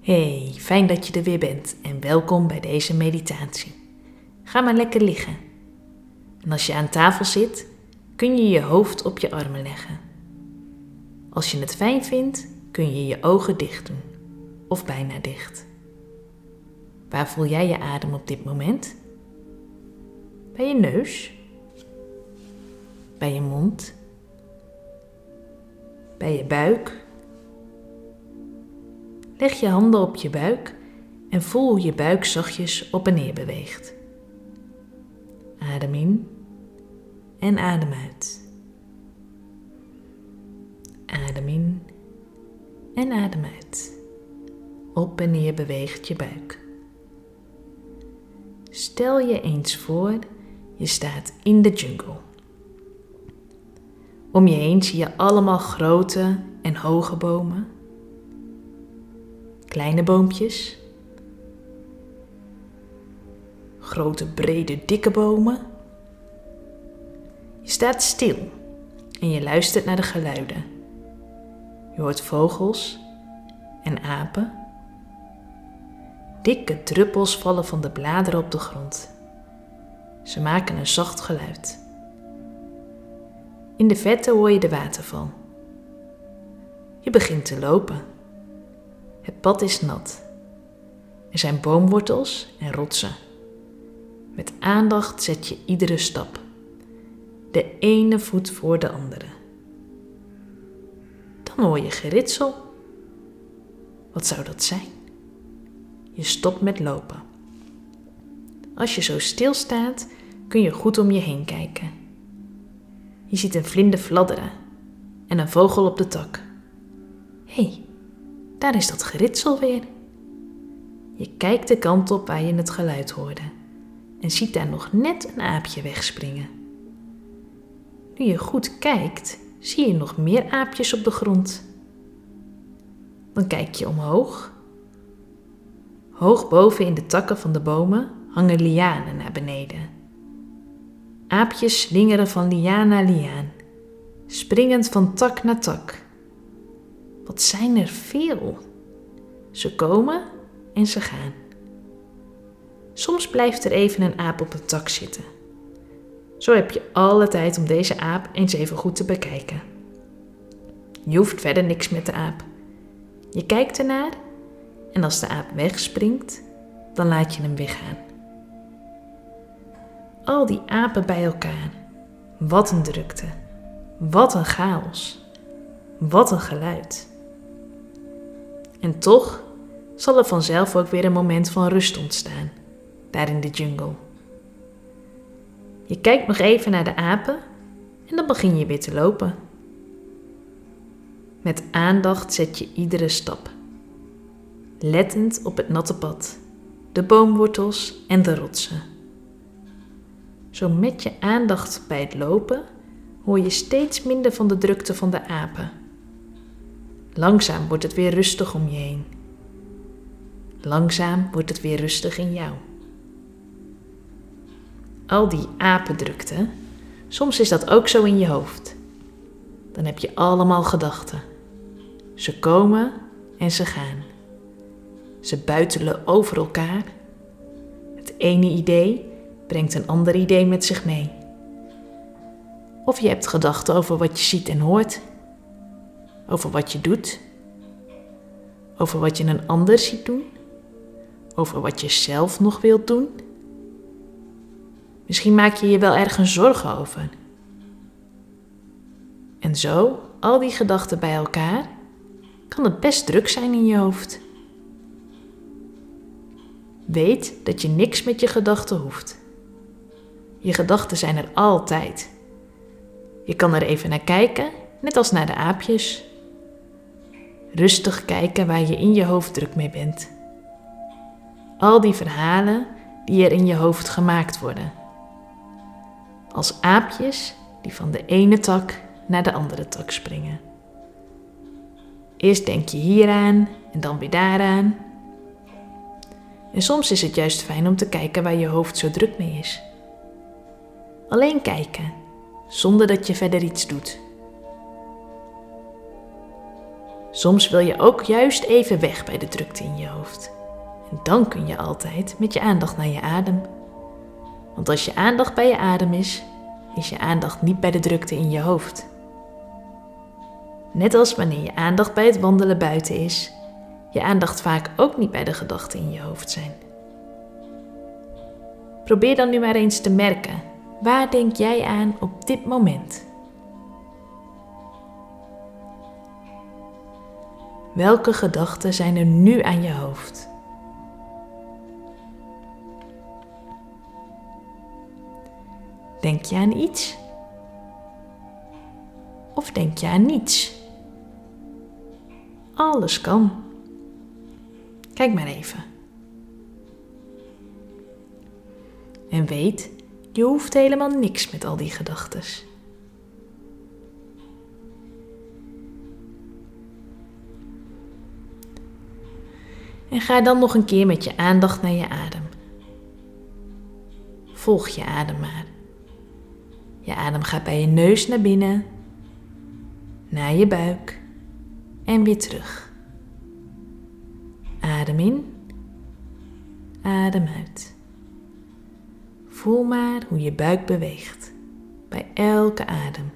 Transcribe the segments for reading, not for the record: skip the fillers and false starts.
Hey, fijn dat je er weer bent en welkom bij deze meditatie. Ga maar lekker liggen. En als je aan tafel zit, kun je je hoofd op je armen leggen. Als je het fijn vindt, kun je je ogen dicht doen, of bijna dicht. Waar voel jij je adem op dit moment? Bij je neus? Bij je mond? Bij je buik? Leg je handen op je buik en voel hoe je buik zachtjes op en neer beweegt. Adem in en adem uit. Adem in en adem uit. Op en neer beweegt je buik. Stel je eens voor, je staat in de jungle. Om je heen zie je allemaal grote en hoge bomen. Kleine boompjes. Grote, brede, dikke bomen. Je staat stil en je luistert naar de geluiden. Je hoort vogels en apen. Dikke druppels vallen van de bladeren op de grond. Ze maken een zacht geluid. In de verte hoor je de waterval. Je begint te lopen. Het pad is nat. Er zijn boomwortels en rotsen. Met aandacht zet je iedere stap. De ene voet voor de andere. Dan hoor je geritsel. Wat zou dat zijn? Je stopt met lopen. Als je zo stilstaat, kun je goed om je heen kijken. Je ziet een vlinder fladderen en een vogel op de tak. Hé, daar is dat geritsel weer. Je kijkt de kant op waar je het geluid hoorde en ziet daar nog net een aapje wegspringen. Nu je goed kijkt, zie je nog meer aapjes op de grond. Dan kijk je omhoog. Hoog boven in de takken van de bomen hangen lianen naar beneden. Aapjes slingeren van liaan naar liaan, springend van tak naar tak. Wat zijn er veel? Ze komen en ze gaan. Soms blijft er even een aap op een tak zitten. Zo heb je alle tijd om deze aap eens even goed te bekijken. Je hoeft verder niks met de aap. Je kijkt ernaar en als de aap wegspringt, dan laat je hem weer gaan. Al die apen bij elkaar. Wat een drukte. Wat een chaos. Wat een geluid. En toch zal er vanzelf ook weer een moment van rust ontstaan, daar in de jungle. Je kijkt nog even naar de apen en dan begin je weer te lopen. Met aandacht zet je iedere stap. Lettend op het natte pad, de boomwortels en de rotsen. Zo met je aandacht bij het lopen hoor je steeds minder van de drukte van de apen. Langzaam wordt het weer rustig om je heen. Langzaam wordt het weer rustig in jou. Al die apendrukte, soms is dat ook zo in je hoofd. Dan heb je allemaal gedachten. Ze komen en ze gaan. Ze buitelen over elkaar. Het ene idee brengt een ander idee met zich mee. Of je hebt gedachten over wat je ziet en hoort. Over wat je doet. Over wat je een ander ziet doen. Over wat je zelf nog wilt doen. Misschien maak je je wel ergens zorgen over. En zo, al die gedachten bij elkaar, kan het best druk zijn in je hoofd. Weet dat je niks met je gedachten hoeft. Je gedachten zijn er altijd. Je kan er even naar kijken, net als naar de aapjes. Rustig kijken waar je in je hoofd druk mee bent. Al die verhalen die er in je hoofd gemaakt worden. Als aapjes die van de ene tak naar de andere tak springen. Eerst denk je hieraan en dan weer daaraan. En soms is het juist fijn om te kijken waar je hoofd zo druk mee is. Alleen kijken, zonder dat je verder iets doet. Soms wil je ook juist even weg bij de drukte in je hoofd. En dan kun je altijd met je aandacht naar je adem. Want als je aandacht bij je adem is je aandacht niet bij de drukte in je hoofd. Net als wanneer je aandacht bij het wandelen buiten is, je aandacht vaak ook niet bij de gedachten in je hoofd zijn. Probeer dan nu maar eens te merken, waar denk jij aan op dit moment? Welke gedachten zijn er nu aan je hoofd? Denk je aan iets? Of denk je aan niets? Alles kan. Kijk maar even. En weet, je hoeft helemaal niks met al die gedachten. En ga dan nog een keer met je aandacht naar je adem. Volg je adem maar. Je adem gaat bij je neus naar binnen, naar je buik en weer terug. Adem in, adem uit. Voel maar hoe je buik beweegt bij elke adem.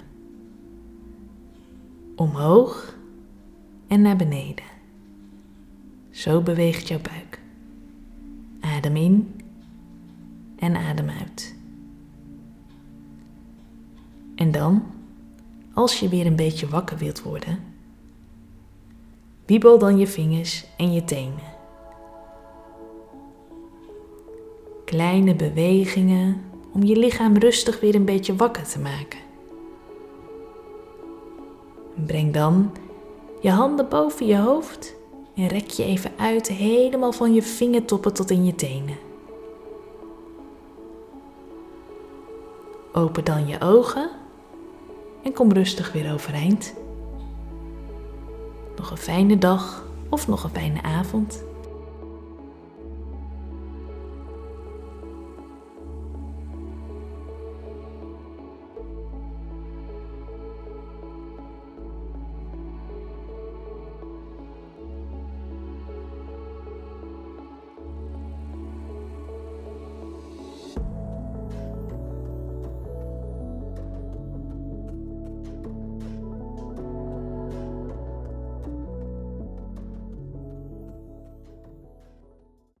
Omhoog en naar beneden. Zo beweegt jouw buik. Adem in en adem uit. En dan, als je weer een beetje wakker wilt worden, wiebel dan je vingers en je tenen. Kleine bewegingen om je lichaam rustig weer een beetje wakker te maken. Breng dan je handen boven je hoofd en rek je even uit helemaal van je vingertoppen tot in je tenen. Open dan je ogen en kom rustig weer overeind. Nog een fijne dag of nog een fijne avond.